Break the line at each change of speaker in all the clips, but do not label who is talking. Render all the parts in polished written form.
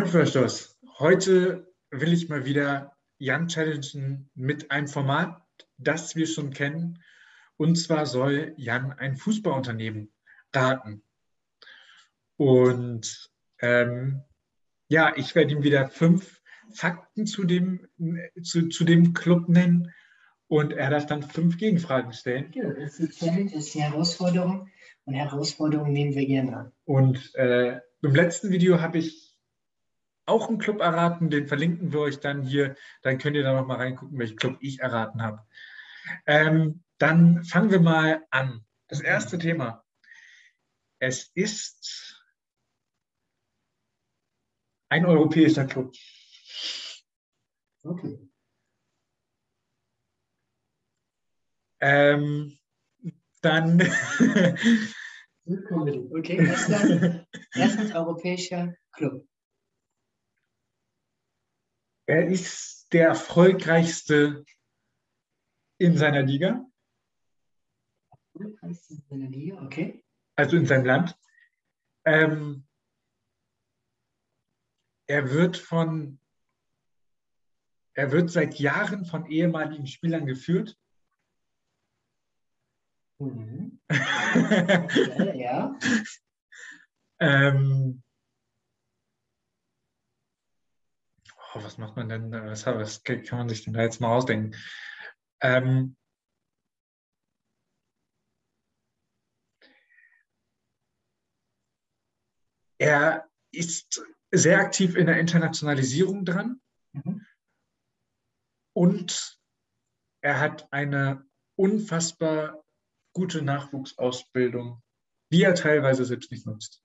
Grundverstoß. Heute will ich mal wieder Jan challengen mit einem Format, das wir schon kennen. Und zwar soll Jan ein Fußballunternehmen raten. Und ja, ich werde ihm wieder 5 Fakten zu dem Club nennen und er darf dann 5 Gegenfragen stellen.
Ja, das ist die Challenge, das ist die Herausforderung und Herausforderungen nehmen wir gerne an.
Und im letzten Video habe ich auch einen Club erraten, den verlinken wir euch dann hier, dann könnt ihr da nochmal reingucken, welchen Club ich erraten habe. Dann fangen wir mal an. Das erste Thema. Es ist ein europäischer Club.
Okay.
Dann
Okay, erstens europäischer Club.
er ist der erfolgreichste in seiner Liga,
Erfolgreichste in seiner Liga, okay.
also in seinem Land. Er wird seit Jahren von ehemaligen Spielern geführt.
Mhm. Ja.
Was macht man denn? Was kann man sich denn da jetzt mal ausdenken? Er ist sehr aktiv in der Internationalisierung dran.
Mhm.
Und er hat eine unfassbar gute Nachwuchsausbildung, die er teilweise selbst nicht nutzt.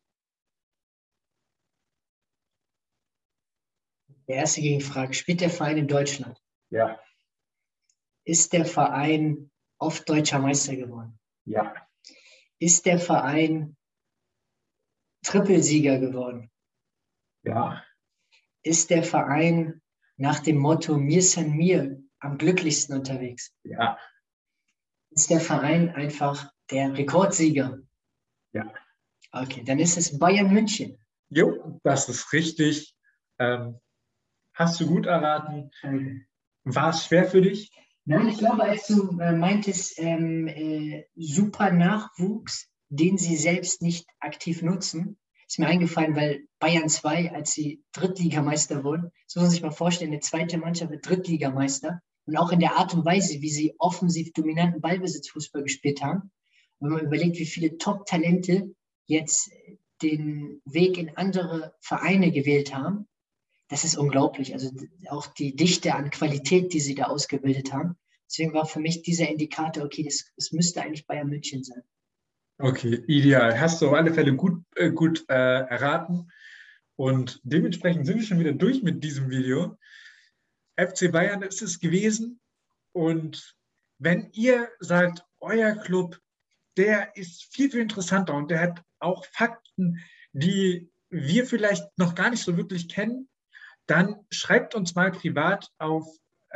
Die erste Gegenfrage, spielt der Verein in Deutschland?
Ja.
Ist der Verein oft deutscher Meister geworden?
Ja.
Ist der Verein Trippelsieger geworden?
Ja.
Ist der Verein nach dem Motto Mir san mir am glücklichsten unterwegs?
Ja.
Ist der Verein einfach der Rekordsieger?
Ja.
Okay, dann ist es Bayern München.
Jo, das ist richtig. Hast du gut erraten.
Okay.
War es schwer für dich?
Nein, ich glaube, als du meintest, super Nachwuchs, den sie selbst nicht aktiv nutzen, ist mir eingefallen, weil Bayern 2, als sie Drittligameister wurden, das muss man sich mal vorstellen, eine zweite Mannschaft wird Drittligameister und auch in der Art und Weise, wie sie offensiv dominanten Ballbesitzfußball gespielt haben. Und wenn man überlegt, wie viele Top-Talente jetzt den Weg in andere Vereine gewählt haben, das ist unglaublich. Also auch die Dichte an Qualität, die sie da ausgebildet haben. Deswegen war für mich dieser Indikator, okay, das müsste eigentlich Bayern München sein.
Okay, ideal. Hast du auf alle Fälle gut erraten. Und dementsprechend sind wir schon wieder durch mit diesem Video. FC Bayern ist es gewesen. Und wenn ihr sagt, euer Club, der ist viel, viel interessanter und der hat auch Fakten, die wir vielleicht noch gar nicht so wirklich kennen, dann schreibt uns mal privat auf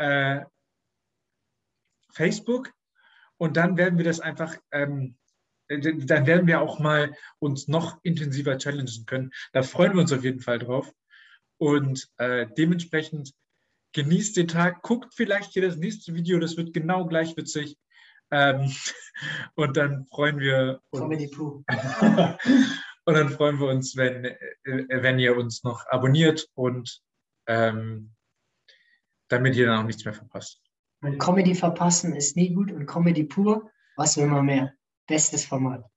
Facebook und dann werden wir das einfach, dann werden wir auch mal uns noch intensiver challengen können. Da freuen wir uns auf jeden Fall drauf. Und dementsprechend genießt den Tag, guckt vielleicht hier das nächste Video, das wird genau gleich witzig. Und dann freuen wir uns.
Comedy Poo.
Und dann freuen wir uns, wenn ihr uns noch abonniert und damit ihr dann auch nichts mehr verpasst.
Und Comedy verpassen ist nie gut und Comedy pur, was will man mehr? Bestes Format.